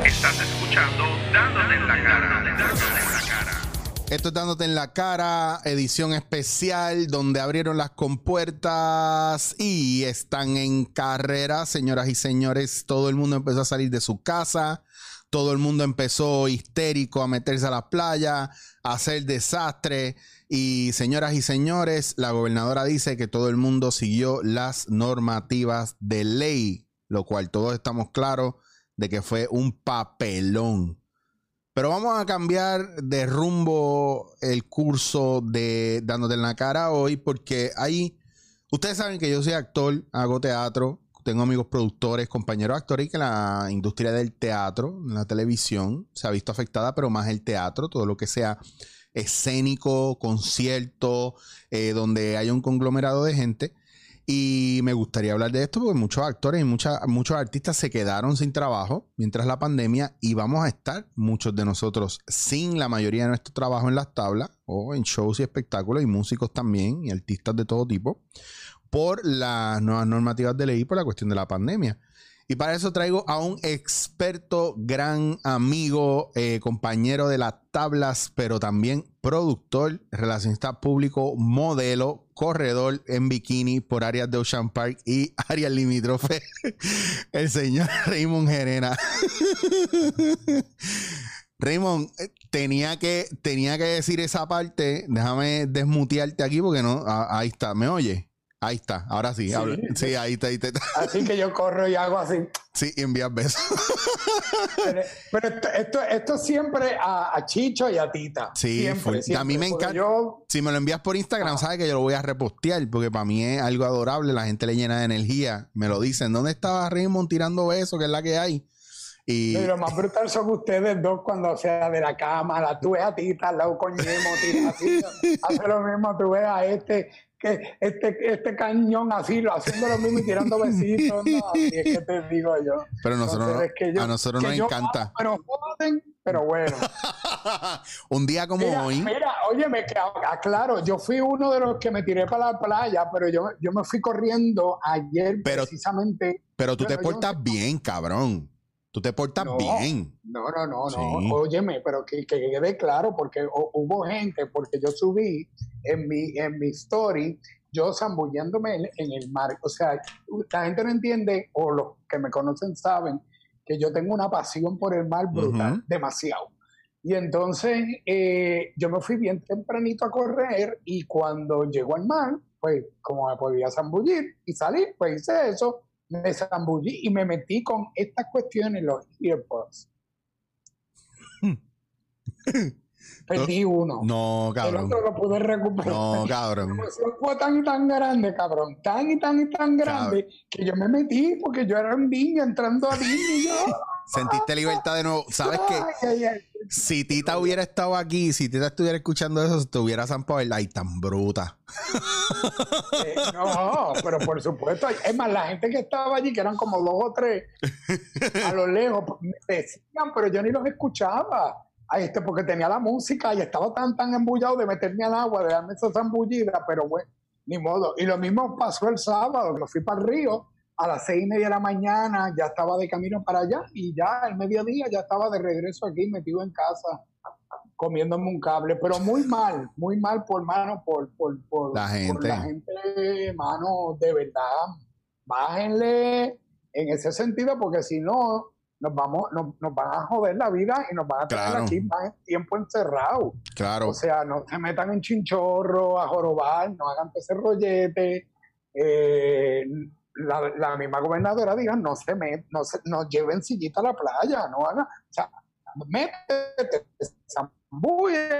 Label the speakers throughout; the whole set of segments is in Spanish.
Speaker 1: Estás escuchando Dándote en la cara. Dándote en la cara.
Speaker 2: Esto es Dándote en la cara, edición especial donde abrieron las compuertas y están en carrera, señoras y señores. Todo el mundo empezó a salir de su casa. Todo el mundo empezó histérico a meterse a la playa, a hacer desastre. Y señoras y señores, la gobernadora dice que todo el mundo siguió las normativas de ley, lo cual todos estamos claros de que fue un papelón. Pero vamos a cambiar de rumbo el curso de Dándote en la cara hoy, porque ahí, ustedes saben que yo soy actor, hago teatro, tengo amigos productores, compañeros actores, y que la industria del teatro, la televisión, se ha visto afectada, pero más el teatro, todo lo que sea escénico, concierto, donde haya un conglomerado de gente. Y me gustaría hablar de esto porque muchos actores y muchos artistas se quedaron sin trabajo mientras la pandemia, y vamos a estar muchos de nosotros sin la mayoría de nuestro trabajo en las tablas o en shows y espectáculos, y músicos también y artistas de todo tipo, por las nuevas normativas de ley, por la cuestión de la pandemia. Y para eso traigo a un experto, gran amigo, compañero de las tablas, pero también productor, relacionista público, modelo, corredor en bikini por áreas de Ocean Park y áreas limítrofes, el señor Raymond Gerena. Raymond, tenía que decir esa parte. Déjame desmutearte aquí porque no. Ahí está, ¿me oye? Ahí está, ahora sí,
Speaker 3: Sí,
Speaker 2: habla. Sí, ahí está.
Speaker 3: Así que yo corro y hago así.
Speaker 2: Sí, y envías besos.
Speaker 3: Pero esto siempre a Chicho y a Tita.
Speaker 2: Sí,
Speaker 3: siempre.
Speaker 2: a mí me encanta. Si me lo envías por Instagram, sabes que yo lo voy a repostear, porque para mí es algo adorable. La gente le llena de energía. Me lo dicen. ¿Dónde estaba Raymond tirando besos? Que es la que hay. Y
Speaker 3: lo más brutal son ustedes dos cuando sea de la cámara. Tú ves a Tita al lado con Ñemo, tira así, hace lo mismo. Tú ves a este cañón así, haciendo lo mismo y tirando besitos. No, así es que te digo yo.
Speaker 2: Pero nosotros, a nosotros nos encanta.
Speaker 3: Pero joden, pero bueno.
Speaker 2: Un día como hoy.
Speaker 3: Mira, oye, aclaro, yo fui uno de los que me tiré para la playa, pero yo me fui corriendo ayer precisamente.
Speaker 2: Pero tú te portas bien, cabrón. Tú te portas bien.
Speaker 3: No.
Speaker 2: Sí.
Speaker 3: Óyeme, pero que quede claro, porque hubo gente, porque yo subí en mi story, yo zambulléndome en el mar. O sea, la gente no entiende, o los que me conocen saben, que yo tengo una pasión por el mar brutal, demasiado. Y entonces yo me fui bien tempranito a correr, y cuando llego al mar, pues como me podía zambullir y salir, pues hice eso. Me zambullí y me metí con estas cuestiones, los earpods. Perdí uno.
Speaker 2: No, cabrón.
Speaker 3: El otro lo pude recuperar.
Speaker 2: No, cabrón.
Speaker 3: La emoción fue tan y tan grande, cabrón. Tan y tan grande, cabrón, que yo me metí porque yo era un niño entrando a Disney.
Speaker 2: Sentiste libertad de nuevo. ¿Sabes qué? Si Tita hubiera estado aquí, si Tita estuviera escuchando eso, te hubiera zampado el ay tan bruta.
Speaker 3: No, pero por supuesto. Es más, la gente que estaba allí, que eran como 2 o 3, a lo lejos, me decían, pero yo ni los escuchaba. Porque tenía la música y estaba tan embullado de meterme al agua, de darme esa zambullida, pero bueno, ni modo. Y lo mismo pasó el sábado, que fui para el río a las 6:30 de la mañana, ya estaba de camino para allá, y ya al mediodía ya estaba de regreso aquí, metido en casa, comiéndome un cable, pero muy mal por la gente, mano, de verdad. Bájenle en ese sentido, porque si no, nos van a joder la vida y nos van a tener aquí más tiempo encerrados.
Speaker 2: Claro.
Speaker 3: O sea, no se metan en chinchorro a jorobar, no hagan ese rollete. La misma gobernadora dijo, no lleven sillita a la playa, no hagan, o sea, métete, zambulle,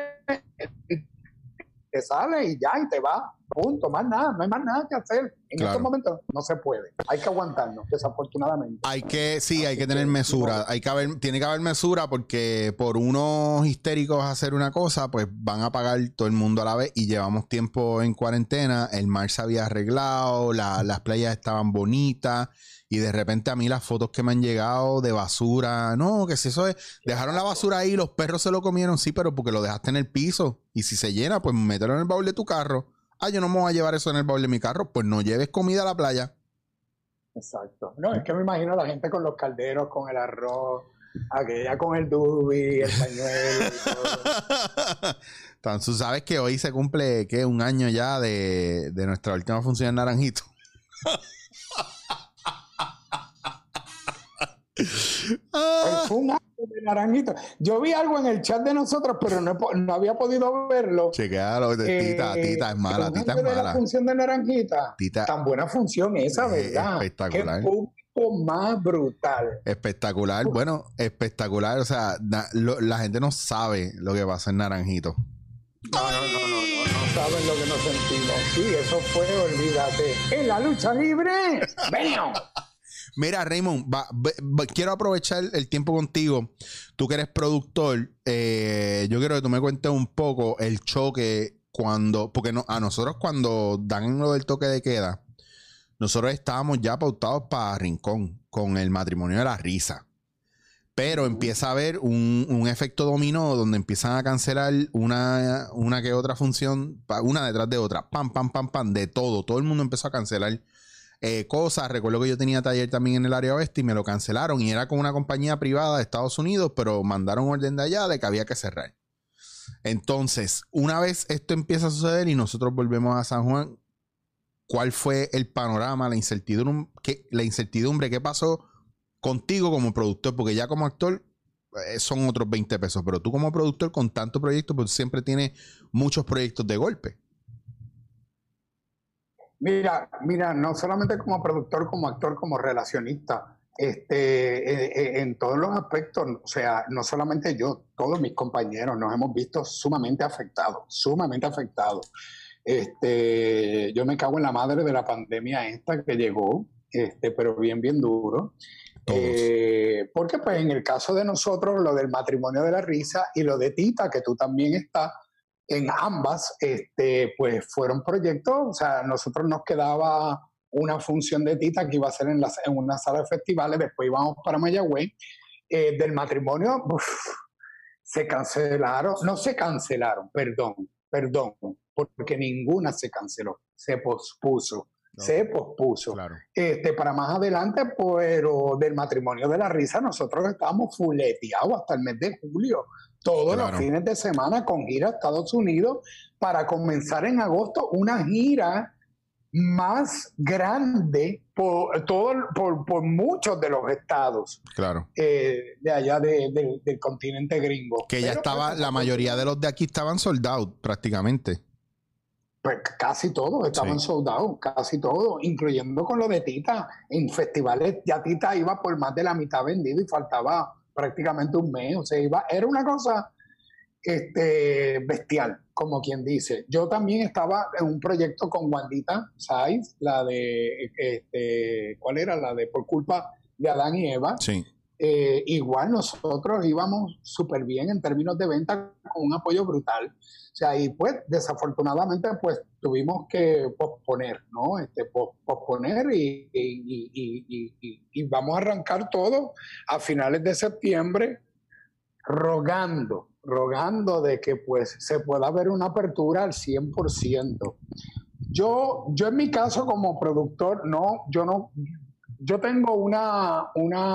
Speaker 3: te sale y ya, y te va, punto, más nada, no hay más nada que hacer. En estos momentos no se puede, hay que aguantarnos, desafortunadamente.
Speaker 2: Hay que tener mesura, tiene que haber mesura, porque por unos histéricos hacer una cosa, pues van a pagar todo el mundo a la vez, y llevamos tiempo en cuarentena, el mar se había arreglado, las playas estaban bonitas, y de repente a mí las fotos que me han llegado de basura, no, que si eso es, dejaron la basura ahí, los perros se lo comieron, sí, pero porque lo dejaste en el piso, y si se llena, pues mételo en el baúl de tu carro. Yo no me voy a llevar eso en el baúl de mi carro, pues no lleves comida a la playa.
Speaker 3: Exacto. No, es que me imagino a la gente con los calderos, con el arroz, Aquella con el dubi, el pañuelo y todo.
Speaker 2: Entonces, tú sabes que hoy se cumple, ¿qué? Un año ya de nuestra última función en Naranjito.
Speaker 3: Fue un acto de Naranjito. Yo vi algo en el chat de nosotros, pero no había podido verlo.
Speaker 2: Chequealo, Tita es mala, Tita es
Speaker 3: de la
Speaker 2: mala.
Speaker 3: función de Naranjita.
Speaker 2: Tita,
Speaker 3: tan buena función esa, ¿verdad?
Speaker 2: espectacular.
Speaker 3: Qué público más brutal.
Speaker 2: Espectacular, bueno, espectacular. O sea, la gente no sabe lo que pasa en Naranjito.
Speaker 3: No saben lo que nos sentimos. Sí, eso fue, olvídate. En la lucha libre. ¡Vean!
Speaker 2: Mira, Raymond, quiero aprovechar el tiempo contigo. Tú que eres productor, yo quiero que tú me cuentes un poco el choque porque a nosotros cuando dan lo del toque de queda, nosotros estábamos ya pautados para Rincón con el matrimonio de la risa. Pero empieza a haber un efecto dominó donde empiezan a cancelar una que otra función, una detrás de otra. Pam, pam, pam, pam, de todo. Todo el mundo empezó a cancelar cosas. Recuerdo que yo tenía taller también en el área oeste y me lo cancelaron. Y era con una compañía privada de Estados Unidos, pero mandaron orden de allá de que había que cerrar. Entonces, una vez esto empieza a suceder y nosotros volvemos a San Juan, ¿cuál fue el panorama, la incertidumbre? ¿Qué pasó contigo como productor? Porque ya como actor son otros 20 pesos, pero tú como productor con tantos proyectos, pues siempre tienes muchos proyectos de golpe.
Speaker 3: Mira, no solamente como productor, como actor, como relacionista, en todos los aspectos, o sea, no solamente yo, todos mis compañeros nos hemos visto sumamente afectados, sumamente afectados. Yo me cago en la madre de la pandemia esta que llegó, pero bien duro. Porque pues en el caso de nosotros, lo del matrimonio de la risa y lo de Tita, que tú también estás, en ambas, pues fueron proyectos, o sea, nosotros nos quedaba una función de Tita que iba a ser en una sala de festivales, después íbamos para Mayagüez. Del matrimonio, se cancelaron, no se cancelaron, perdón, porque ninguna se canceló, se pospuso. No. Se pospuso. Claro. Para más adelante, pero del matrimonio de la risa nosotros estábamos fuleteados hasta el mes de julio, todos los fines de semana con gira a Estados Unidos, para comenzar en agosto una gira más grande por muchos de los estados,
Speaker 2: claro,
Speaker 3: de allá del continente gringo.
Speaker 2: Que ya estaba, la mayoría de los de aquí estaban sold out prácticamente.
Speaker 3: Pues casi todos estaban sold out, casi todos, incluyendo con lo de Tita. En festivales ya Tita iba por más de la mitad vendido y faltaba prácticamente un mes. O sea, era una cosa bestial, como quien dice. Yo también estaba en un proyecto con Wandita Saiz, la de, ¿cuál era? La de Por culpa de Adán y Eva.
Speaker 2: Sí.
Speaker 3: Igual nosotros íbamos súper bien en términos de venta, con un apoyo brutal. O sea, y pues desafortunadamente pues tuvimos que posponer, ¿no? Posponer y vamos a arrancar todo a finales de septiembre, rogando de que pues se pueda ver una apertura al 100%. Yo en mi caso como productor, yo tengo una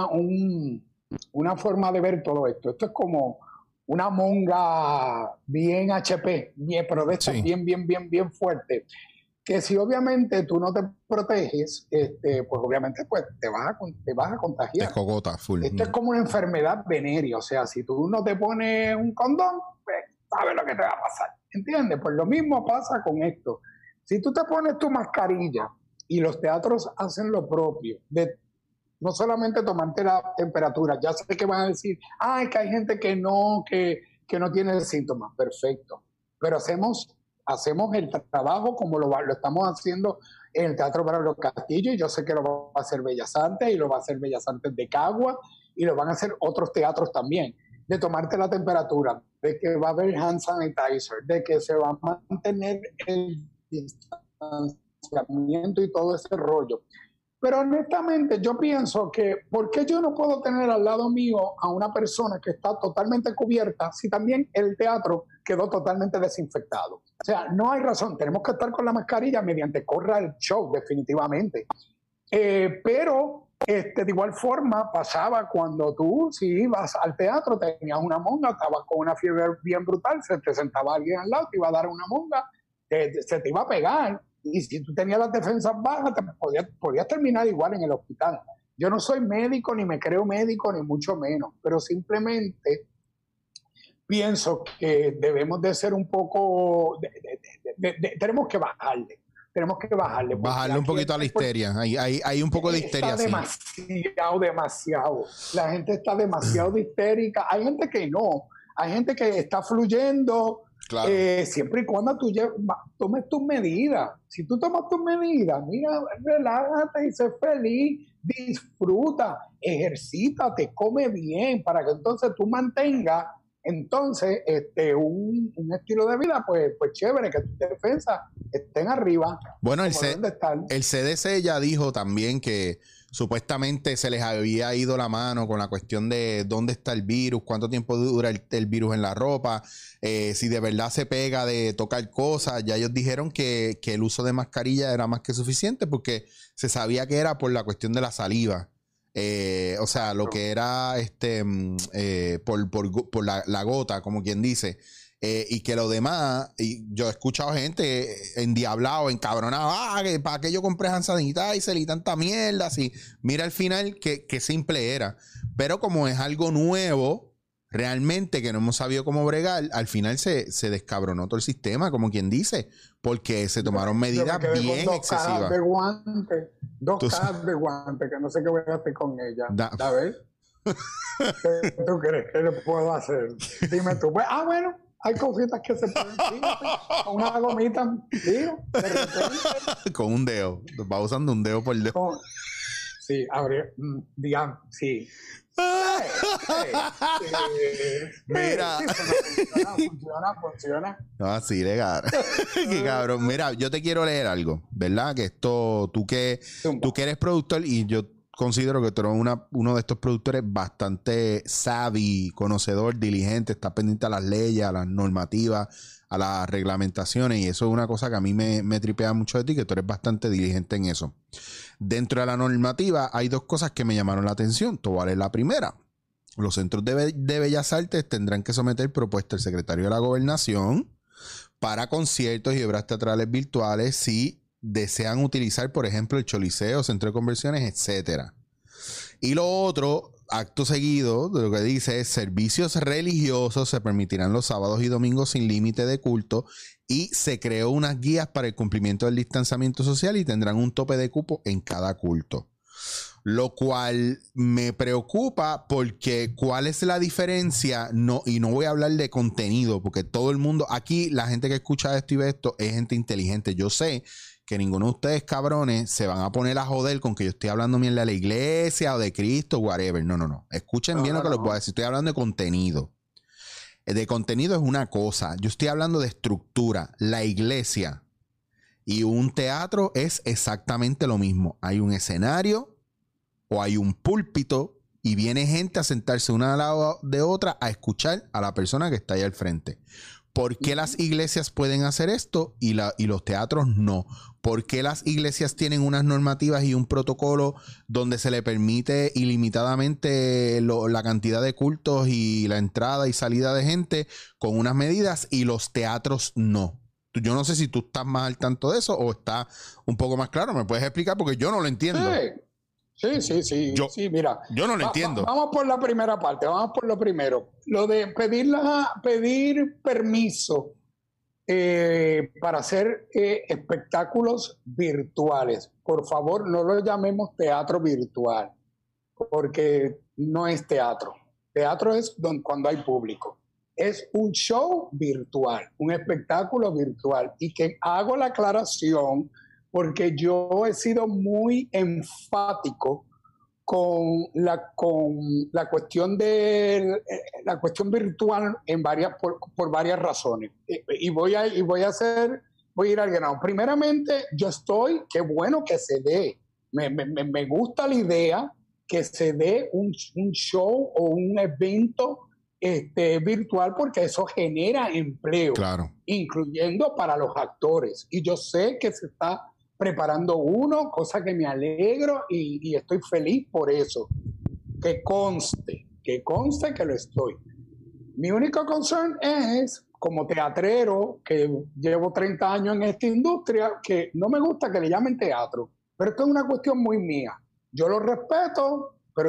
Speaker 3: forma de ver todo esto. Esto es como una monga bien HP, pero de estas bien fuerte. Que si obviamente tú no te proteges, pues obviamente pues te vas a contagiar.
Speaker 2: Es cogota, full.
Speaker 3: Esto es como una enfermedad venérea. O sea, si tú no te pones un condón, pues sabes lo que te va a pasar. ¿Entiendes? Pues lo mismo pasa con esto. Si tú te pones tu mascarilla y los teatros hacen lo propio, de no solamente tomarte la temperatura, ya sé que van a decir, que hay gente que no tiene síntomas, perfecto, pero hacemos el trabajo como lo estamos haciendo en el Teatro Braulio Castillo, y yo sé que lo va a hacer Bellas Artes, y lo va a hacer Bellas Artes de Cagua, y lo van a hacer otros teatros también, de tomarte la temperatura, de que va a haber hand sanitizer, de que se va a mantener el distanciamiento y todo ese rollo. Pero honestamente yo pienso que ¿por qué yo no puedo tener al lado mío a una persona que está totalmente cubierta si también el teatro quedó totalmente desinfectado? O sea, no hay razón, tenemos que estar con la mascarilla mediante corra el show, definitivamente. Pero De igual forma pasaba cuando tú, si ibas al teatro, tenías una monga, estabas con una fiebre bien brutal, se te sentaba alguien al lado, te iba a dar una monga, se te iba a pegar, y si tú tenías las defensas bajas, podías terminar igual en el hospital. Yo no soy médico, ni me creo médico, ni mucho menos, pero simplemente pienso que debemos de ser un poco, tenemos que bajarle.
Speaker 2: Bajarle un poquito a la histeria. Hay un poco de histeria.
Speaker 3: Está demasiado. La gente está demasiado de histérica. Hay gente que no. Hay gente que está fluyendo.
Speaker 2: Claro.
Speaker 3: Siempre y cuando tú tomes tus medidas. Si tú tomas tus medidas, mira, relájate y sé feliz. Disfruta, ejercítate, come bien para que entonces tú mantengas entonces un estilo de vida pues chévere, que tus defensas estén arriba.
Speaker 2: Bueno, el CDC ya dijo también que supuestamente se les había ido la mano con la cuestión de dónde está el virus, cuánto tiempo dura el virus en la ropa, si de verdad se pega de tocar cosas. Ya ellos dijeron que el uso de mascarilla era más que suficiente porque se sabía que era por la cuestión de la saliva. O sea, lo que era por la gota, como quien dice, y que lo demás, y yo he escuchado gente endiablado, encabronado, que para qué yo compré hand sanitizer y tanta mierda, así. Mira al final qué simple era, pero como es algo nuevo realmente que no hemos sabido cómo bregar, al final se descabronó todo el sistema, como quien dice, porque se tomaron medidas bien excesivas.
Speaker 3: Dos cajas de guante, que no sé qué voy a hacer con ella. ¿A ver? ¿Qué tú crees que le puedo hacer? Dime tú. Bueno, hay cositas que se pueden decir, con una gomita, digo, de repente.
Speaker 2: Con un dedo. Va usando un dedo por dedo.
Speaker 3: Sí, digamos, sí.
Speaker 2: Mira.
Speaker 3: Funciona.
Speaker 2: No, sí, legal. Qué cabrón. Mira, yo te quiero leer algo, ¿verdad? Que esto, tú que eres productor, y yo considero que tú eres uno de estos productores bastante savvy, conocedor, diligente, está pendiente a las leyes, a las normativas, a las reglamentaciones, y eso es una cosa que a mí me tripea mucho de ti, que tú eres bastante diligente en eso. Dentro de la normativa hay dos cosas que me llamaron la atención. Tú vale la primera. Los centros de Bellas Artes tendrán que someter propuesta al secretario de la Gobernación para conciertos y obras teatrales virtuales si desean utilizar, por ejemplo, el Choliseo, centro de convenciones, etcétera. Y lo otro, acto seguido, de lo que dice es: servicios religiosos se permitirán los sábados y domingos sin límite de culto, y se creó unas guías para el cumplimiento del distanciamiento social y tendrán un tope de cupo en cada culto. Lo cual me preocupa porque ¿cuál es la diferencia? Y no voy a hablar de contenido porque todo el mundo, aquí la gente que escucha esto y ve esto es gente inteligente. Yo sé que ninguno de ustedes, cabrones, se van a poner a joder con que yo estoy hablando bien de la iglesia o de Cristo, whatever. No. Escuchen bien lo que les voy a decir. Estoy hablando de contenido. De contenido es una cosa. Yo estoy hablando de estructura. La iglesia y un teatro es exactamente lo mismo. Hay un escenario o hay un púlpito y viene gente a sentarse una al lado de otra a escuchar a la persona que está ahí al frente. ¿Por qué las iglesias pueden hacer esto y los teatros no? ¿Por qué las iglesias tienen unas normativas y un protocolo donde se le permite ilimitadamente la cantidad de cultos y la entrada y salida de gente con unas medidas y los teatros no? Yo no sé si tú estás más al tanto de eso o está un poco más claro. ¿Me puedes explicar? Porque yo no lo entiendo.
Speaker 3: Sí. Mira,
Speaker 2: yo no lo entiendo.
Speaker 3: Vamos por la primera parte, vamos por lo primero. Lo de pedir permiso para hacer espectáculos virtuales. Por favor, no lo llamemos teatro virtual, porque no es teatro. Teatro es cuando hay público. Es un show virtual, un espectáculo virtual. Y que hago la aclaración porque yo he sido muy enfático con la cuestión la cuestión virtual por varias razones. Y voy a ir al grano. Primeramente, qué bueno que se dé. Me gusta la idea que se dé un show o un evento virtual, porque eso genera empleo,
Speaker 2: claro,
Speaker 3: incluyendo para los actores. Y yo sé que se está preparando uno, cosa que me alegro y estoy feliz por eso. Que conste que lo estoy. Mi único concern es, como teatrero, que llevo 30 años en esta industria, que no me gusta que le llamen teatro, pero esto es una cuestión muy mía. Yo lo respeto, pero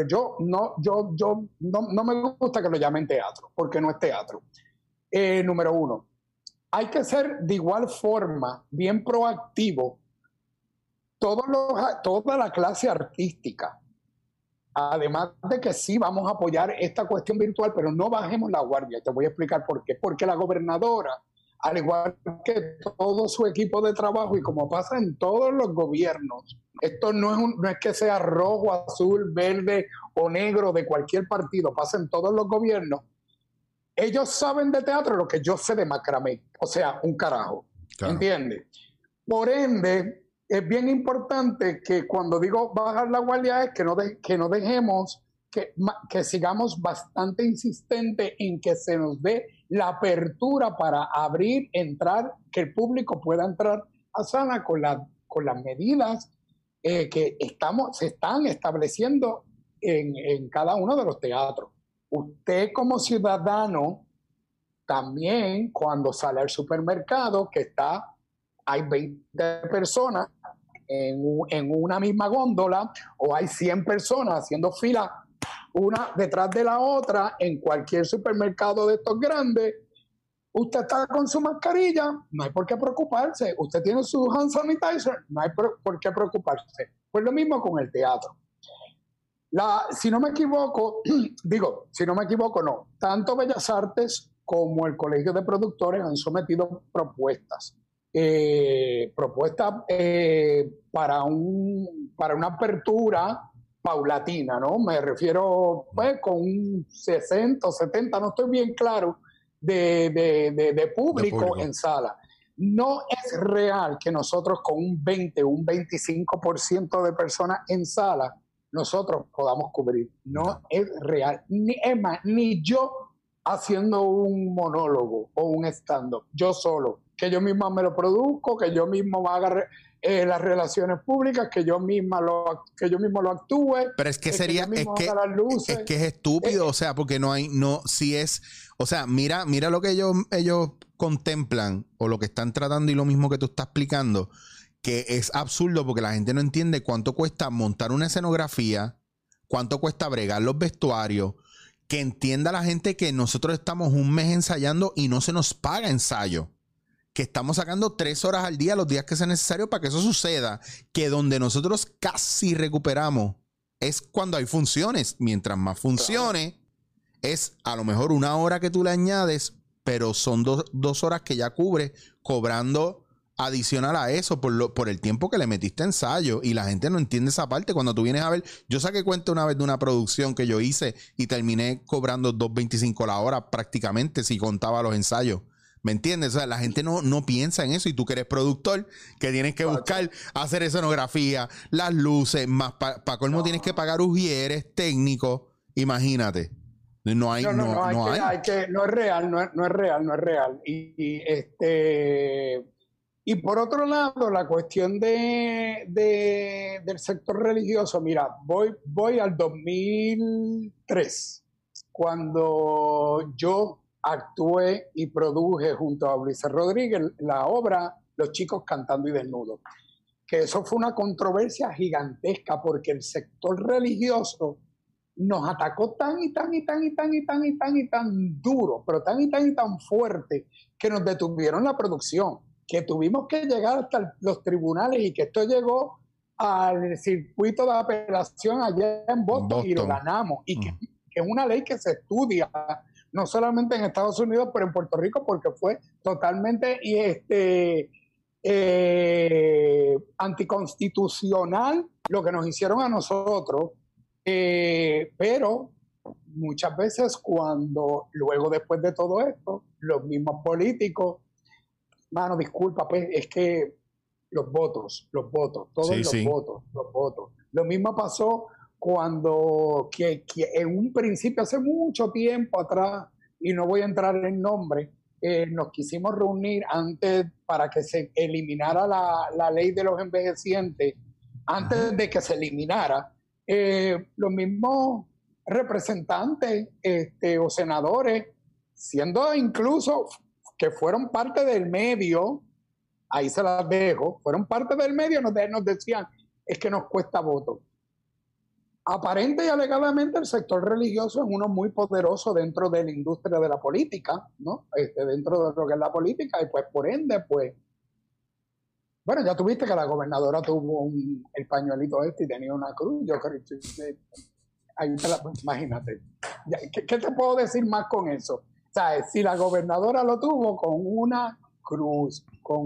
Speaker 3: no me gusta que lo llamen teatro, porque no es teatro. Número uno, hay que ser de igual forma bien proactivo toda la clase artística. Además de que sí vamos a apoyar esta cuestión virtual, pero no bajemos la guardia. Te voy a explicar por qué. Porque la gobernadora, al igual que todo su equipo de trabajo, y como pasa en todos los gobiernos, esto no es que sea rojo, azul, verde o negro de cualquier partido, pasa en todos los gobiernos. Ellos saben de teatro lo que yo sé de macramé, o sea, un carajo. Claro. ¿Entiendes? Por ende, es bien importante que cuando digo bajar la guardia es que no dejemos, que sigamos bastante insistentes en que se nos dé la apertura para abrir, entrar, que el público pueda entrar a sala con las medidas que se están estableciendo en cada uno de los teatros. Usted como ciudadano, también cuando sale al supermercado, hay 20 personas en una misma góndola, o hay 100 personas haciendo fila una detrás de la otra en cualquier supermercado de estos grandes, usted está con su mascarilla, no hay por qué preocuparse. Usted tiene su hand sanitizer, no hay por qué preocuparse. Pues lo mismo con el teatro. Si no me equivoco, no, tanto Bellas Artes como el Colegio de Productores han sometido propuestas para una apertura paulatina, ¿no? Me refiero, pues, con un 60 o 70, no estoy bien claro, de público en sala. No es real que nosotros con un 20 o un 25% de personas en sala nosotros podamos cubrir. No es real. Ni yo haciendo un monólogo o un stand-up, yo solo, que yo misma me lo produzco, que yo mismo haga las relaciones públicas, que yo mismo lo actúe.
Speaker 2: Pero es que es que es estúpido, o sea, porque o sea, mira lo que ellos contemplan o lo que están tratando y lo mismo que tú estás explicando, que es absurdo porque la gente no entiende cuánto cuesta montar una escenografía, cuánto cuesta bregar los vestuarios, que entienda la gente que nosotros estamos un mes ensayando y no se nos paga ensayo, que estamos sacando 3 horas al día los días que sea necesario para que eso suceda, que donde nosotros casi recuperamos es cuando hay funciones. Mientras más funciones, es a lo mejor 1 hora que tú le añades, pero son 2 horas que ya cubre, cobrando adicional a eso por el tiempo que le metiste a ensayo, y la gente no entiende esa parte. Cuando tú vienes a ver, yo saqué cuenta una vez de una producción que yo hice y terminé cobrando $2.25 la hora prácticamente si contaba los ensayos. ¿Me entiendes? O sea, la gente no piensa en eso, y tú que eres productor, que tienes que buscar hacer escenografía, las luces, más para colmo tienes que pagar ujieres, técnicos, imagínate. No es
Speaker 3: real, no es real. Y por otro lado, la cuestión del sector religioso, mira, voy al 2003, cuando yo actué y produje junto a Ulises Rodríguez la obra Los chicos cantando y desnudos. Que eso fue una controversia gigantesca porque el sector religioso nos atacó tan duro, pero tan fuerte, que nos detuvieron la producción, que tuvimos que llegar hasta los tribunales y que esto llegó al circuito de apelación allá en Boston. Y lo ganamos. Y que es una ley que se estudia no solamente en Estados Unidos, pero en Puerto Rico, porque fue totalmente anticonstitucional lo que nos hicieron a nosotros. Pero muchas veces luego después de todo esto, los mismos políticos, mano, disculpa, pues es que los votos, votos. Lo mismo pasó cuando que en un principio, hace mucho tiempo atrás, y no voy a entrar en nombre, nos quisimos reunir antes para que se eliminara la ley de los envejecientes, antes de que se eliminara, los mismos representantes o senadores, siendo incluso que fueron parte del medio, ahí se las dejo, fueron parte del medio, nos decían, es que nos cuesta voto. Aparente y alegadamente el sector religioso es uno muy poderoso dentro de la industria de la política, ¿no? Dentro de lo que es la política, y pues por ende, pues, bueno, ya tuviste que la gobernadora tuvo el pañuelito y tenía una cruz, yo creo que ahí imagínate. ¿Qué te puedo decir más con eso? O sea, si la gobernadora lo tuvo con una cruz,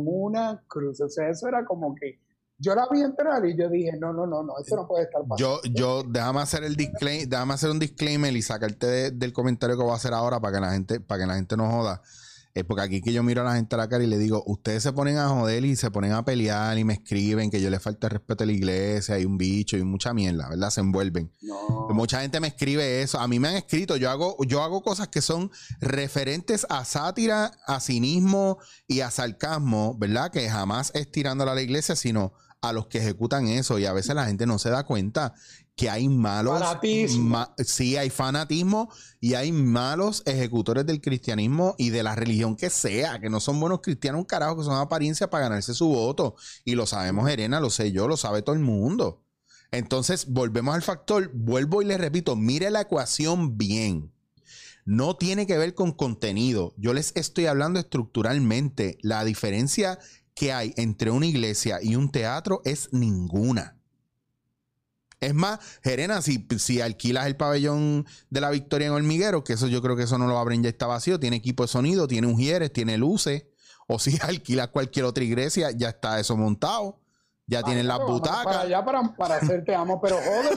Speaker 3: o sea, eso era como que yo la vi entrar y yo dije, no, eso no puede estar pasando.
Speaker 2: Déjame hacer un disclaimer y sacarte del comentario que voy a hacer ahora para que la gente no joda. Porque aquí que yo miro a la gente a la cara y le digo, ustedes se ponen a joder y se ponen a pelear y me escriben que yo le falta el respeto a la iglesia y un bicho y mucha mierda, ¿verdad? Se envuelven.
Speaker 3: No.
Speaker 2: Mucha gente me escribe eso. A mí me han escrito, yo hago cosas que son referentes a sátira, a cinismo y a sarcasmo, ¿verdad? Que jamás es tirándola a la iglesia, sino a los que ejecutan eso. Y a veces la gente no se da cuenta que hay malos... sí, hay fanatismo y hay malos ejecutores del cristianismo y de la religión que sea, que no son buenos cristianos, un carajo, que son apariencias para ganarse su voto. Y lo sabemos, Herena, lo sé yo, lo sabe todo el mundo. Entonces, volvemos al factor, vuelvo y les repito, mire la ecuación bien. No tiene que ver con contenido. Yo les estoy hablando estructuralmente. La diferencia que hay entre una iglesia y un teatro es ninguna. Es más, Herena, si alquilas el pabellón de la Victoria en Hormiguero, que eso yo creo que eso no lo abren, ya está vacío, tiene equipo de sonido, tiene ujieres, tiene luces, o si alquilas cualquier otra iglesia, ya está eso montado, ya tienen las butacas.
Speaker 3: Para allá para hacer te amo, pero joder.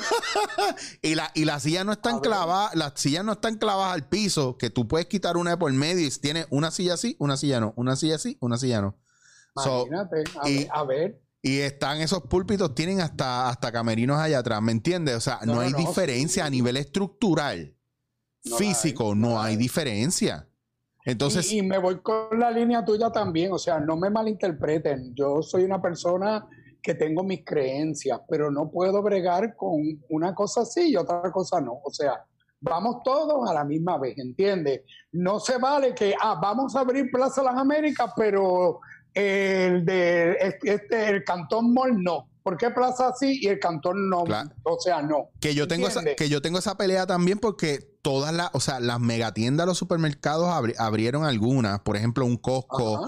Speaker 2: y las sillas no están clavadas, las sillas no están clavadas al piso, que tú puedes quitar una de por medio y tienes una silla así, una silla no, una silla así, una silla no.
Speaker 3: Imagínate, a ver.
Speaker 2: Y están esos púlpitos, tienen hasta camerinos allá atrás, ¿me entiendes? O sea, no hay diferencia a nivel estructural, físico, no hay diferencia. Entonces,
Speaker 3: y me voy con la línea tuya también, o sea, no me malinterpreten. Yo soy una persona que tengo mis creencias, pero no puedo bregar con una cosa sí y otra cosa no. O sea, vamos todos a la misma vez, ¿entiendes? No se vale que, vamos a abrir Plaza Las Américas, pero el Cantón Mall no. ¿Por qué Plaza sí y el Cantón no?
Speaker 2: Claro.
Speaker 3: O sea, no.
Speaker 2: Que yo tengo esa pelea también porque todas las megatiendas, los supermercados abrieron algunas, por ejemplo, un Costco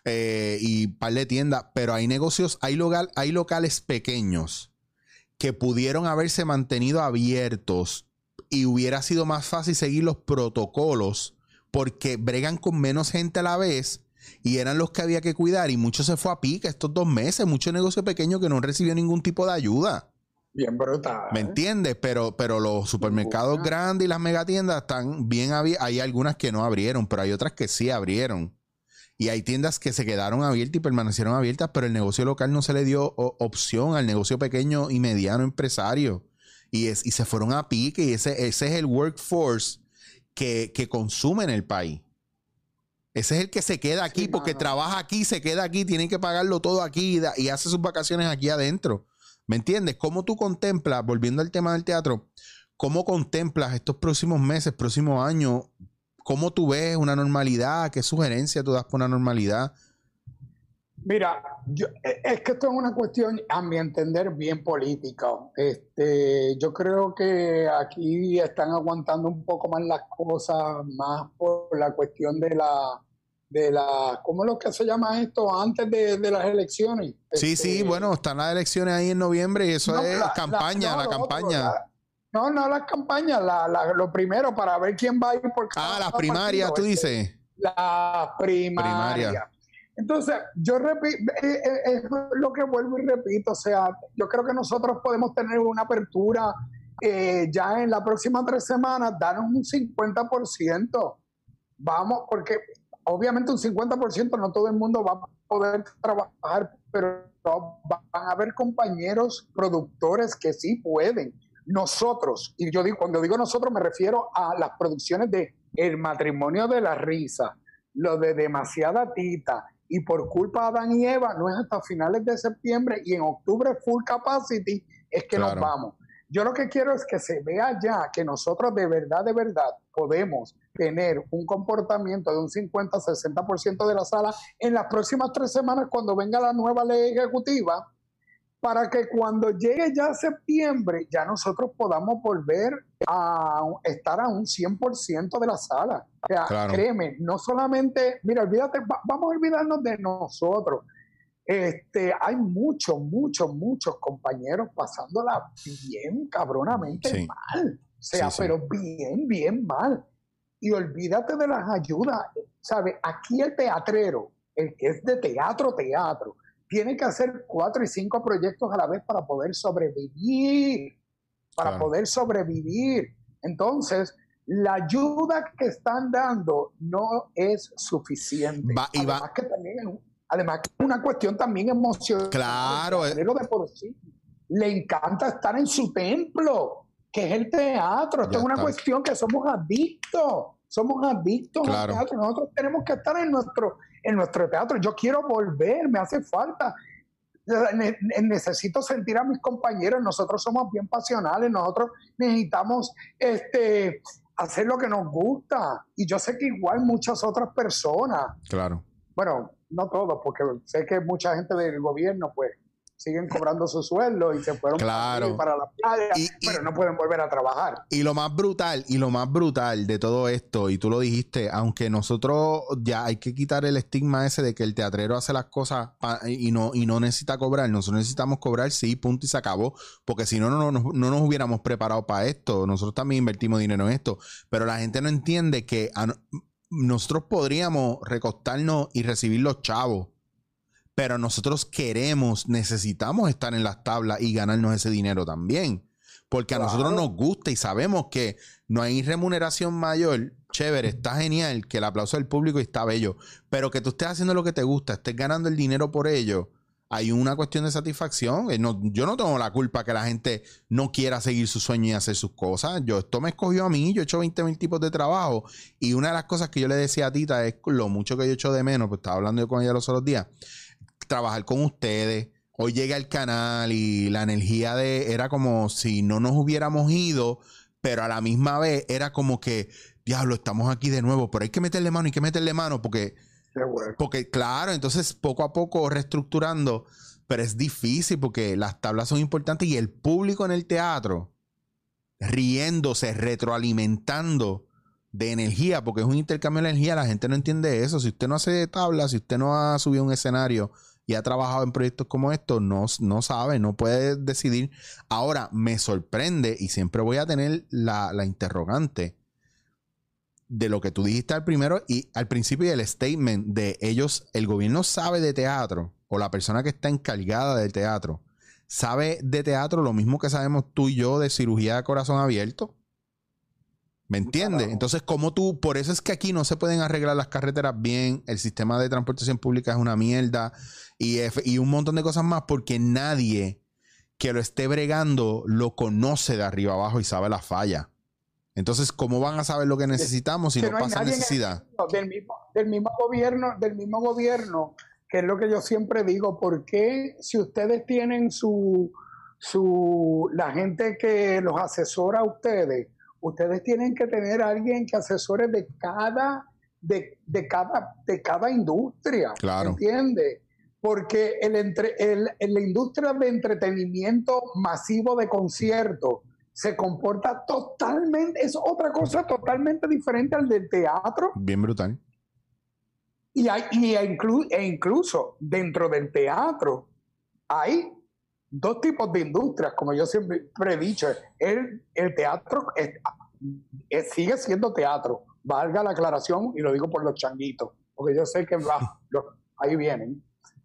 Speaker 2: y un par de tiendas, pero hay negocios, hay locales pequeños que pudieron haberse mantenido abiertos y hubiera sido más fácil seguir los protocolos porque bregan con menos gente a la vez. Y eran los que había que cuidar y mucho se fue a pique estos 2 meses, mucho negocio pequeño que no recibió ningún tipo de ayuda.
Speaker 3: Bien brutal.
Speaker 2: ¿Me entiendes? Pero los supermercados grandes y las megatiendas están bien abiertas. Hay algunas que no abrieron, pero hay otras que sí abrieron. Y hay tiendas que se quedaron abiertas y permanecieron abiertas, pero el negocio local no se le dio opción al negocio pequeño y mediano empresario. Y se fueron a pique y ese es el workforce que consume en el país. Ese es el que se queda aquí porque trabaja aquí, se queda aquí, tienen que pagarlo todo aquí y hace sus vacaciones aquí adentro. ¿Me entiendes? ¿Cómo tú contemplas, volviendo al tema del teatro, cómo contemplas estos próximos meses, próximos años? ¿Cómo tú ves una normalidad? ¿Qué sugerencia tú das por una normalidad?
Speaker 3: Mira, es que esto es una cuestión, a mi entender, bien política. Yo creo que aquí están aguantando un poco más las cosas, más por la cuestión de la ¿cómo es lo que se llama esto? Antes de las elecciones.
Speaker 2: Sí, bueno, están las elecciones ahí en noviembre y eso es la campaña.
Speaker 3: No, las campañas, lo primero para ver quién va a ir por cada
Speaker 2: las primarias, tú dices.
Speaker 3: Las primarias. Entonces, yo repito, es lo que vuelvo y repito, o sea, yo creo que nosotros podemos tener una apertura ya en las próximas 3 semanas, darnos un 50%. Vamos, porque obviamente un 50% no todo el mundo va a poder trabajar, pero van a haber compañeros productores que sí pueden. Nosotros, y cuando digo nosotros me refiero a las producciones de El Matrimonio de la Risa, lo de demasiada tita, y por culpa de Adán y Eva no es hasta finales de septiembre, y en octubre full capacity es que nos vamos. Yo lo que quiero es que se vea ya que nosotros de verdad podemos tener un comportamiento de un 50-60% de la sala en las próximas 3 semanas cuando venga la nueva ley ejecutiva, para que cuando llegue ya septiembre ya nosotros podamos volver a estar a un 100% de la sala. O sea, créeme, no solamente, mira, olvídate, vamos a olvidarnos de nosotros. Hay muchos compañeros pasándola bien cabronamente mal. O sea, pero bien mal. Y olvídate de las ayudas. ¿Sabes? Aquí el teatrero, el que es de teatro, tiene que hacer 4 y 5 proyectos a la vez para poder sobrevivir. Poder sobrevivir. Entonces, la ayuda que están dando no es suficiente. Además que es una cuestión también emocional.
Speaker 2: Claro.
Speaker 3: El de por sí le encanta estar en su templo, que es el teatro. Esto es una cuestión que somos adictos. Al teatro. Nosotros tenemos que estar en nuestro teatro. Yo quiero volver, me hace falta. Necesito sentir a mis compañeros. Nosotros somos bien pasionales. Nosotros necesitamos hacer lo que nos gusta. Y yo sé que igual muchas otras personas.
Speaker 2: Claro.
Speaker 3: Bueno, no todos, porque sé que mucha gente del gobierno pues siguen cobrando su sueldo y se fueron para la playa, pero no pueden volver a trabajar.
Speaker 2: Y lo más brutal de todo esto, y tú lo dijiste, aunque nosotros ya hay que quitar el estigma ese de que el teatrero hace las cosas y no necesita cobrar. Nosotros necesitamos cobrar, sí, punto y se acabó, porque si no nos hubiéramos preparado para esto. Nosotros también invertimos dinero en esto, pero la gente no entiende que nosotros podríamos recostarnos y recibir los chavos, pero nosotros necesitamos estar en las tablas y ganarnos ese dinero también, porque a nosotros nos gusta y sabemos que no hay remuneración mayor. Chévere, está genial, que el aplauso del público está bello, pero que tú estés haciendo lo que te gusta, estés ganando el dinero por ello, hay una cuestión de satisfacción. Yo no tengo la culpa que la gente no quiera seguir su sueño y hacer sus cosas. Esto me escogió a mí. Yo he hecho 20,000 tipos de trabajo. Y una de las cosas que yo le decía a Tita es lo mucho que yo echo de menos, pues estaba hablando yo con ella los otros días, trabajar con ustedes. Hoy llegué al canal y la energía era como si no nos hubiéramos ido, pero a la misma vez era como que, diablo, estamos aquí de nuevo, pero hay que meterle mano, porque claro, entonces poco a poco reestructurando, pero es difícil porque las tablas son importantes y el público en el teatro riéndose, retroalimentando de energía, porque es un intercambio de energía. La gente no entiende eso. Si usted no hace tablas, si usted no ha subido un escenario y ha trabajado en proyectos como estos, no sabe, no puede decidir. Ahora, me sorprende y siempre voy a tener la interrogante de lo que tú dijiste al principio y el statement de ellos. El gobierno sabe de teatro, o la persona que está encargada del teatro sabe de teatro lo mismo que sabemos tú y yo de cirugía de corazón abierto. ¿Me entiendes? Entonces, por eso es que aquí no se pueden arreglar las carreteras bien, el sistema de transportación pública es una mierda y un montón de cosas más, porque nadie que lo esté bregando lo conoce de arriba abajo y sabe la falla. Entonces, ¿cómo van a saber lo que necesitamos si no pasa necesidad?
Speaker 3: Del mismo gobierno, que es lo que yo siempre digo, ¿por qué si ustedes tienen la gente que los asesora a ustedes tienen que tener a alguien que asesore de cada industria?
Speaker 2: Claro.
Speaker 3: ¿Entiendes? Porque la industria de entretenimiento masivo de conciertos se comporta es otra cosa totalmente diferente al del teatro.
Speaker 2: Bien brutal.
Speaker 3: Incluso dentro del teatro hay 2 tipos de industrias, como yo siempre he dicho. El teatro sigue siendo teatro, valga la aclaración, y lo digo por los changuitos, porque yo sé que ahí vienen.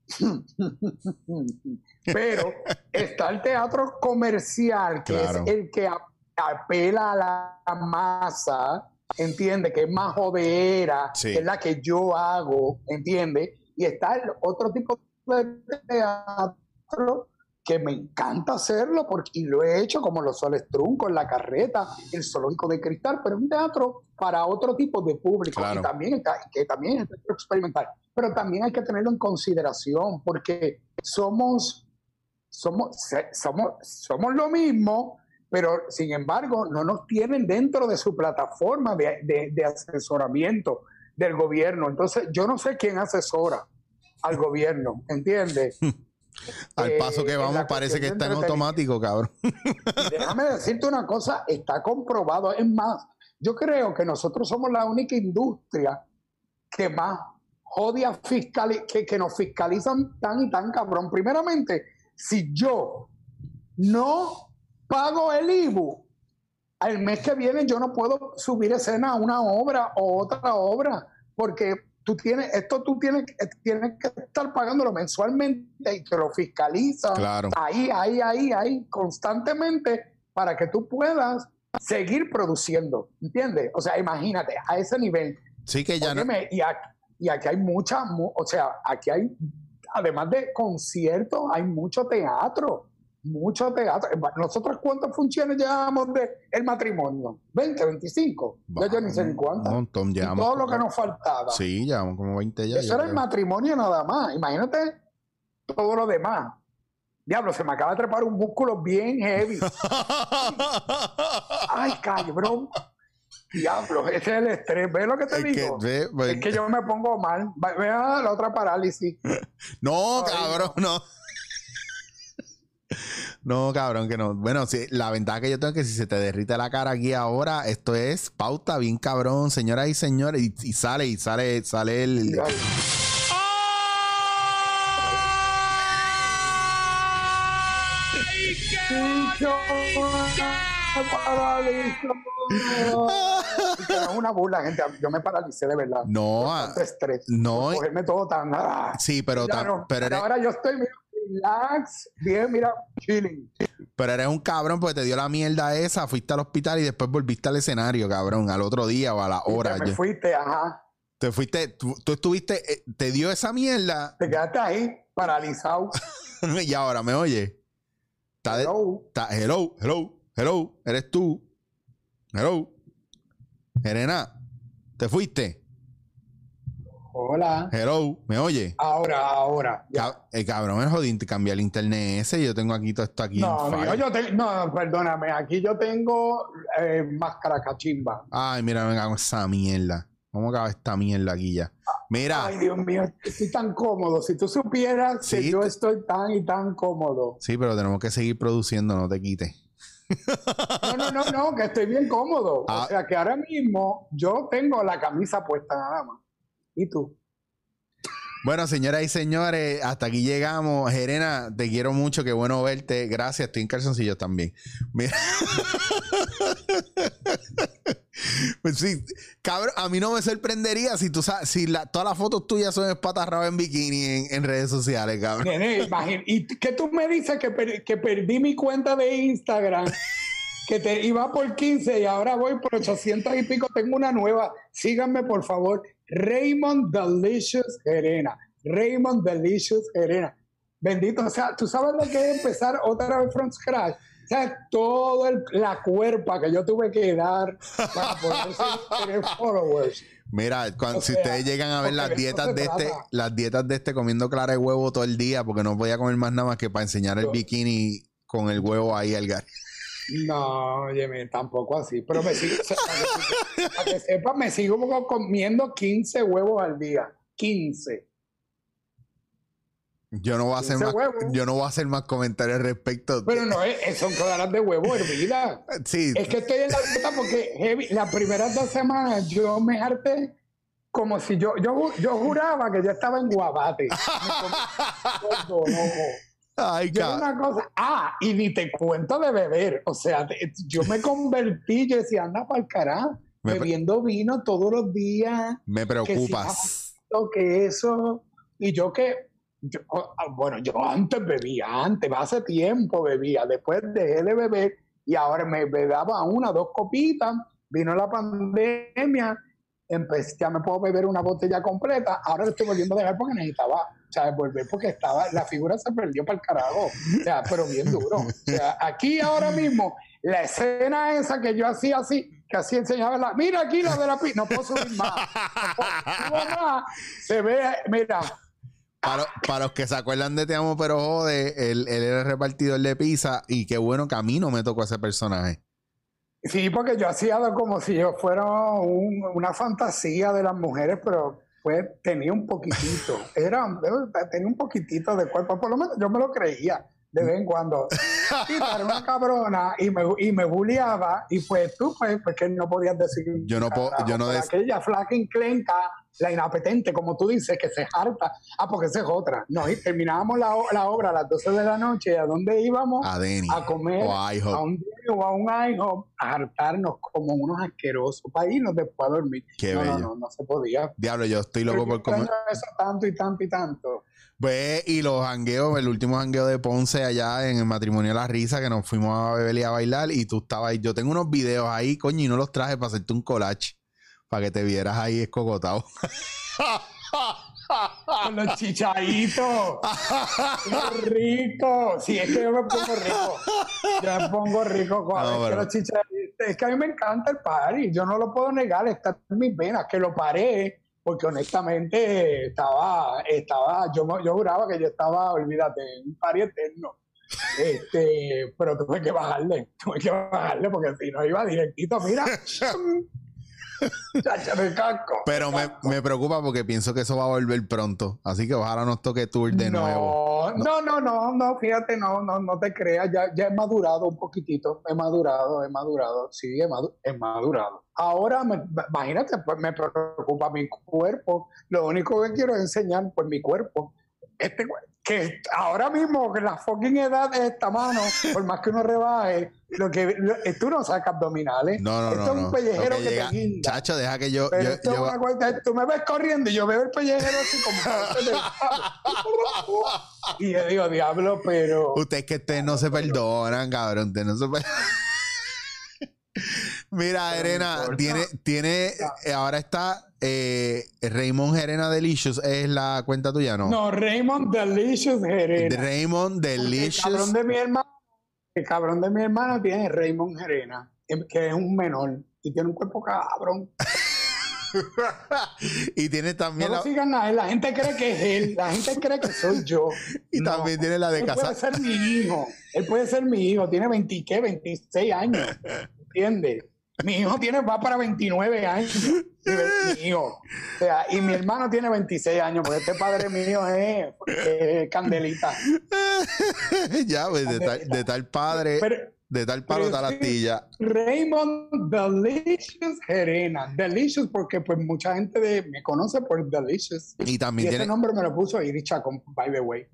Speaker 3: Pero está el teatro comercial, que es el que apela a la masa, ¿entiende? Que es más jodera, que es la que yo hago, ¿entiende? Y está el otro tipo de teatro que me encanta hacerlo y lo he hecho como los Soles Truncos, La Carreta, el Zoológico de Cristal, pero es un teatro para otro tipo de público,
Speaker 2: Claro.
Speaker 3: y también que también es teatro experimental, pero también hay que tenerlo en consideración porque somos lo mismo, pero sin embargo no nos tienen dentro de su plataforma de asesoramiento del gobierno. Entonces yo no sé quién asesora al gobierno, ¿entiendes?
Speaker 2: Al paso que vamos parece que está en automático, cabrón.
Speaker 3: Y déjame decirte una cosa, está comprobado. Es más, yo creo que nosotros somos la única industria que más jodia que nos fiscalizan tan y tan cabrón. Primeramente, si yo no pago el IBU, al mes que viene yo no puedo subir escena a una obra o otra obra, porque tú tienes que estar pagándolo mensualmente y te lo fiscalizan.
Speaker 2: Claro.
Speaker 3: Ahí, constantemente, para que tú puedas seguir produciendo, ¿entiendes? O sea, imagínate, a ese nivel.
Speaker 2: Sí, que ya
Speaker 3: Óyeme, y aquí hay o sea, aquí hay, además de conciertos, hay mucho teatro. Nosotros, ¿cuántas funciones llevamos de el matrimonio? 20, 25. Yo ni sé ni cuántas.
Speaker 2: Un montón,
Speaker 3: y todo lo que nos faltaba.
Speaker 2: Sí, llevamos como 20 ya.
Speaker 3: Eso era el matrimonio nada más. Imagínate todo lo demás. Diablo, se me acaba de trepar un músculo bien heavy. Ay, cabrón. Diablo, ese es el estrés. ¿Ves lo que te digo? Es que yo me pongo mal. Vea la otra parálisis.
Speaker 2: No, cabrón, no. No, cabrón, que no. Bueno, sí, la ventaja que yo tengo es que si se te derrite la cara aquí ahora, esto es pauta bien cabrón, señoras y señores, y sale el...
Speaker 3: Es una burla, gente. Yo me paralicé de verdad.
Speaker 2: No,
Speaker 3: tanto estrés.
Speaker 2: no.
Speaker 3: Cogerme todo tan.
Speaker 2: Sí, pero
Speaker 3: ahora yo estoy, mira, relax, bien, mira, chilling.
Speaker 2: Pero eres un cabrón porque te dio la mierda esa, fuiste al hospital y después volviste al escenario, cabrón, al otro día o a la hora.
Speaker 3: Me fuiste, ajá.
Speaker 2: Te fuiste, tú estuviste, te dio esa mierda.
Speaker 3: Te quedaste ahí, paralizado.
Speaker 2: Y ahora, ¿me oye? Hello, eres tú. Hello. Serena, ¿te fuiste?
Speaker 3: Hola.
Speaker 2: Hello, ¿me oye?
Speaker 3: Ahora.
Speaker 2: Cabrón, es jodido cambiar el internet ese. Yo tengo aquí todo esto aquí.
Speaker 3: No, perdóname. Aquí yo tengo máscara cachimba.
Speaker 2: Ay, mira, venga con esa mierda. ¿Cómo acaba esta mierda aquí ya? Mira.
Speaker 3: Ay, Dios mío, estoy tan cómodo. Si tú supieras que yo estoy tan y tan cómodo.
Speaker 2: Sí, pero tenemos que seguir produciendo, no te quites.
Speaker 3: No, que estoy bien cómodo. O sea, que ahora mismo yo tengo la camisa puesta nada más. ¿Y tú?
Speaker 2: Bueno, señoras y señores, hasta aquí llegamos. Serena, te quiero mucho, qué bueno verte. Gracias, estoy en calzoncillos también. Mira. Pues sí, cabrón, a mí no me sorprendería si tú sabes, todas las fotos tuyas son espatarradas en bikini en redes sociales, cabrón.
Speaker 3: Nene, ¿y qué tú me dices que perdí mi cuenta de Instagram? Que te iba por 15 y ahora voy por 800 y pico. Tengo una nueva. Síganme, por favor. Raymond Delicious Serena. Raymond Delicious Serena. Bendito. O sea, ¿tú sabes lo que es empezar otra vez from scratch? O sea, toda la cuerpa que yo tuve que dar para poder tener followers.
Speaker 2: Mira, si ustedes llegan a ver las dietas de este comiendo clara de huevo todo el día porque no podía comer más nada más que para enseñar el bikini con el huevo ahí al gar.
Speaker 3: No, oye, tampoco así. Pero me sigo, para que sepas, me sigo comiendo 15 huevos al día. 15.
Speaker 2: Yo no voy a hacer más comentarios al respecto.
Speaker 3: Pero no, son claras de huevo hervidas.
Speaker 2: Sí.
Speaker 3: Es que estoy en la dieta porque las primeras 2 semanas yo me harté como si yo juraba que yo estaba en Guabate.
Speaker 2: Ay,
Speaker 3: una cosa, y ni te cuento de beber. O sea, yo me convertí, yo decía, anda para el carajo, bebiendo vino todos los días.
Speaker 2: Me preocupas.
Speaker 3: Que eso, y yo antes bebía, hace tiempo bebía, después dejé de beber y ahora me daba 1 o 2 copitas, vino la pandemia, ya me puedo beber una botella completa, ahora lo estoy volviendo a dejar porque necesitaba sea, volver porque la figura se perdió para el carajo, o sea, pero bien duro. O sea, aquí ahora mismo, la escena esa que yo hacía así, que así enseñaba mira aquí la de la pizza, no puedo subir más, se ve, mira.
Speaker 2: Para los que se acuerdan de Te Amo Pero Jode, él era el repartidor de pizza y qué bueno que a mí no me tocó ese personaje.
Speaker 3: Sí, porque yo hacía como si yo fuera una fantasía de las mujeres, pero pues tenía un poquitito, tenía un poquitito de cuerpo, por lo menos yo me lo creía de vez en cuando. Era una cabrona y me bulleaba, y pues tú, pues que no podías decir.
Speaker 2: Yo no
Speaker 3: aquella flaca enclenca, la inapetente, como tú dices, que se harta. Porque esa es otra. No, y terminábamos la obra a las 12 de la noche. ¿A dónde íbamos?
Speaker 2: A Denny.
Speaker 3: A comer.
Speaker 2: O a IHOP.
Speaker 3: A un Denny o a un IHOP, a hartarnos como unos asquerosos para irnos después a dormir.
Speaker 2: Qué bello.
Speaker 3: No se podía.
Speaker 2: Diablo, yo estoy loco por comer.
Speaker 3: Eso tanto y tanto y tanto.
Speaker 2: Pues, y los jangueos, el último jangueo de Ponce allá en el Matrimonio de la Risa, que nos fuimos a beber y a bailar, y tú estabas ahí. Yo tengo unos videos ahí, coño, y no los traje para hacerte un collage, para que te vieras ahí escogotado.
Speaker 3: Con los chichaditos. ¡Qué rico! Sí, es que yo me pongo rico. Yo me pongo rico con los chichaditos. Es que a mí me encanta el party. Yo no lo puedo negar, está en mis venas, que lo paré. Porque honestamente yo juraba que yo estaba, olvídate, un party eterno. Pero tuve que bajarle porque si no iba directito, mira. Chacha de casco.
Speaker 2: Pero me preocupa porque pienso que eso va a volver pronto. Así que ojalá nos toque tour de nuevo.
Speaker 3: No, fíjate, no te creas. Ya he madurado un poquitito. He madurado. Sí, he madurado. Ahora, imagínate, pues me preocupa mi cuerpo. Lo único que quiero es enseñar, pues, mi cuerpo. Que ahora mismo, que la fucking edad de esta mano, por más que uno rebaje, tú no sacas abdominales.
Speaker 2: No.
Speaker 3: Esto es un pellejero que te guinda.
Speaker 2: Chacho, deja que yo...
Speaker 3: Tú me ves corriendo y yo veo el pellejero así como... Y yo digo, diablo, pero...
Speaker 2: Ustedes no se perdonan, cabrón. Ustedes no se perdonan. Mira, Jerena, tiene ahora está Raymond Jerena Delicious, ¿es la cuenta tuya, no?
Speaker 3: No, Raymond Delicious Jerena.
Speaker 2: Raymond Delicious.
Speaker 3: El cabrón de mi hermana tiene Raymond Jerena, que es un menor y tiene un cuerpo cabrón.
Speaker 2: Y tiene también
Speaker 3: no lo sigan a él, la gente cree que es él, la gente cree que soy yo.
Speaker 2: Y también tiene la de casa.
Speaker 3: Él puede ser mi hijo, tiene 26 años, ¿entiendes? Mi hijo va para 29 años, mi hijo. O sea, y mi hermano tiene 26 años, porque este padre mío es candelita.
Speaker 2: Ya, pues, de tal padre... de tal palo, tal astilla.
Speaker 3: Raymond Delicious Jerena. Delicious porque pues mucha gente me conoce por Delicious.
Speaker 2: Y también
Speaker 3: ese nombre me lo puso Iris Chacón, by the way.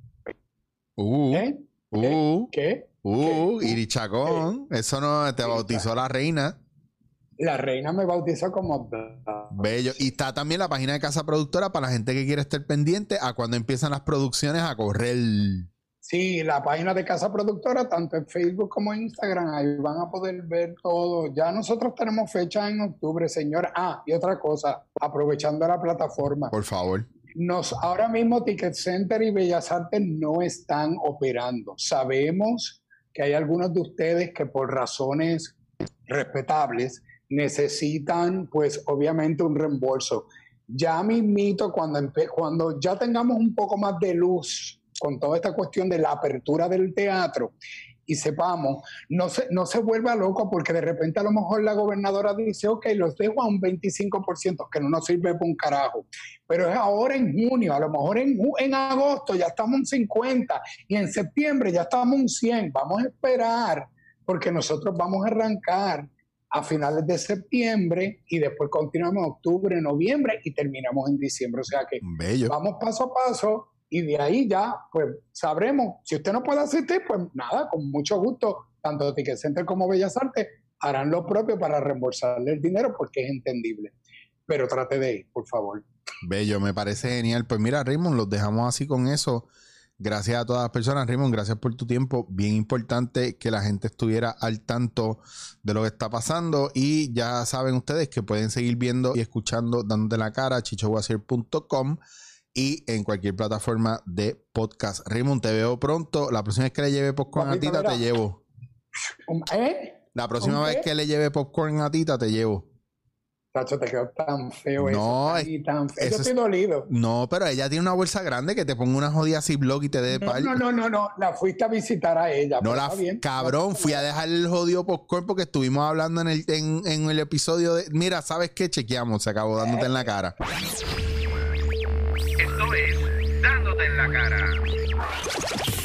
Speaker 3: ¿Qué?
Speaker 2: Iris Chacón. Eso no te bautizó la reina.
Speaker 3: La reina me bautizó como...
Speaker 2: Bello. Y está también la página de Casa Productora para la gente que quiere estar pendiente a cuando empiezan las producciones a correr.
Speaker 3: Sí, la página de Casa Productora, tanto en Facebook como en Instagram, ahí van a poder ver todo. Ya nosotros tenemos fecha en octubre, señor. Y otra cosa, aprovechando la plataforma.
Speaker 2: Por favor.
Speaker 3: Ahora mismo Ticket Center y Bellas Artes no están operando. Sabemos que hay algunos de ustedes que por razones respetables necesitan, pues, obviamente un reembolso. Ya mismito, cuando ya tengamos un poco más de luz con toda esta cuestión de la apertura del teatro y sepamos, no se vuelva loco porque de repente a lo mejor la gobernadora dice, ok, los dejo a un 25%, que no nos sirve por un carajo, pero es ahora en junio, a lo mejor en agosto ya estamos en 50 y en septiembre ya estamos en 100, vamos a esperar porque nosotros vamos a arrancar a finales de septiembre y después continuamos en octubre, noviembre y terminamos en diciembre, o sea que
Speaker 2: bello.
Speaker 3: Vamos paso a paso. Y de ahí ya, pues, sabremos. Si usted no puede asistir, pues nada, con mucho gusto, tanto Ticket Center como Bellas Artes harán lo propio para reembolsarle el dinero porque es entendible. Pero trate de ir, por favor.
Speaker 2: Bello, me parece genial. Pues mira, Raymond, los dejamos así con eso. Gracias a todas las personas. Raymond, gracias por tu tiempo. Bien importante que la gente estuviera al tanto de lo que está pasando. Y ya saben ustedes que pueden seguir viendo y escuchando Dándote la Cara, chichowasier.com. y en cualquier plataforma de podcast. Raymond, te veo pronto. La próxima vez que le lleve popcorn a Tita, te llevo. La próxima vez que le lleve popcorn a Tita, te llevo.
Speaker 3: Tacho, te quedó tan feo
Speaker 2: no,
Speaker 3: eso. Tan feo. Yo
Speaker 2: es,
Speaker 3: estoy dolido.
Speaker 2: No, pero ella tiene una bolsa grande que te ponga una jodida Ziploc y te dé
Speaker 3: No. La fuiste a visitar a ella.
Speaker 2: No, cabrón, fui a dejar el jodido popcorn porque estuvimos hablando en el episodio de... Mira, ¿sabes qué? Chequeamos, se acabó dándote en la cara.
Speaker 1: Esto es Dándote en la cara.